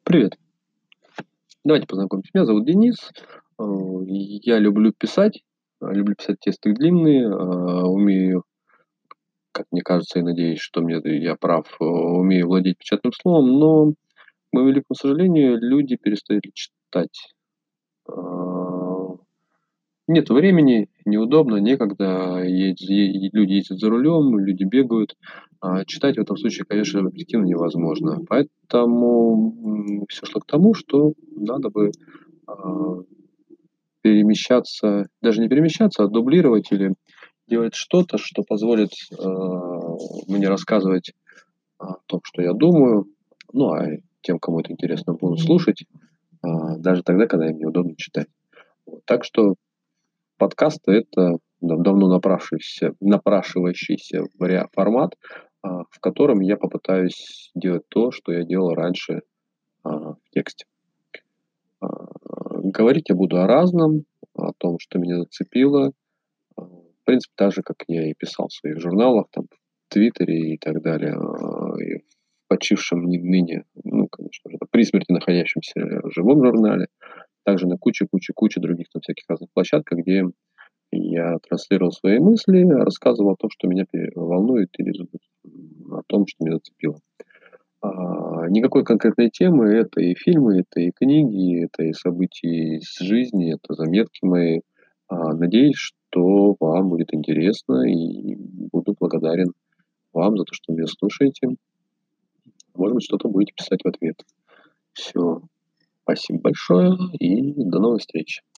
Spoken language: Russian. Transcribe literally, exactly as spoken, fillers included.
Привет. Давайте познакомимся. Меня зовут Денис. Э, я люблю писать, э, люблю писать тексты длинные, э, умею, как мне кажется и надеюсь, что мне я прав, э, умею владеть печатным словом, но, к моему великому сожалению, люди перестали читать. Э, нет времени, неудобно, некогда, едь е люди ездят за рулем, люди бегают. А читать в этом случае, конечно, объективно невозможно. Поэтому, все шло к тому, что надо бы, а перемещаться, даже не перемещаться, а дублировать или делать что-то, что позволит, э, мне рассказывать о том, что я думаю. Ну, а тем, кому это интересно, будут слушать, а, даже тогда, когда им неудобно читать. Вот. Так что подкасты — это дав давно направшийся напрашивающийся вариа формат, а, в котором я попытаюсь делать то, что я делал раньше, а, в тексте. А, говорить я буду о разном, о том, что меня зацепило. А, в принципе, так же, как я и писал в своих журналах, там, в "Твиттере" и так далее, а, и в почившем ны ныне, ну, конечно же, при смерти находящемся живом журнале, также на куче куче куче других там всяких разных площадках, где я транслировал свои мысли, рассказывал о том, что меня пе волнует, или же, м, о том, что меня зацепило. А, никакой конкретной темы. Это и фильмы, это и книги, это и события из жизни, это заметки мои. А, надеюсь, что вам будет интересно, и буду благодарен вам за то, что меня слушаете. Может быть, что-то будете писать в ответ. Всё. Спасибо большое и до новых встреч.